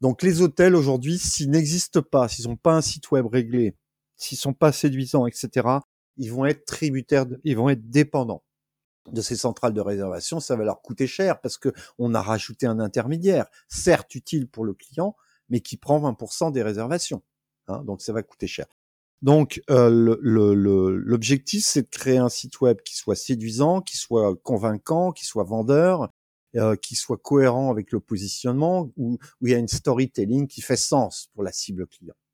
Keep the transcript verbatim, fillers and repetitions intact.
Donc les hôtels aujourd'hui, s'ils n'existent pas, s'ils n'ont pas un site web réglé, s'ils sont pas séduisants, et cetera, ils vont être tributaires, de, ils vont être dépendants de ces centrales de réservation. Ça va leur coûter cher parce que on a rajouté un intermédiaire, certes utile pour le client, mais qui prend vingt pour cent des réservations. Hein, donc ça va coûter cher. Donc euh, le, le, le, l'objectif, c'est de créer un site web qui soit séduisant, qui soit convaincant, qui soit vendeur, euh, qui soit cohérent avec le positionnement, où, où il y a une storytelling qui fait sens pour la cible client.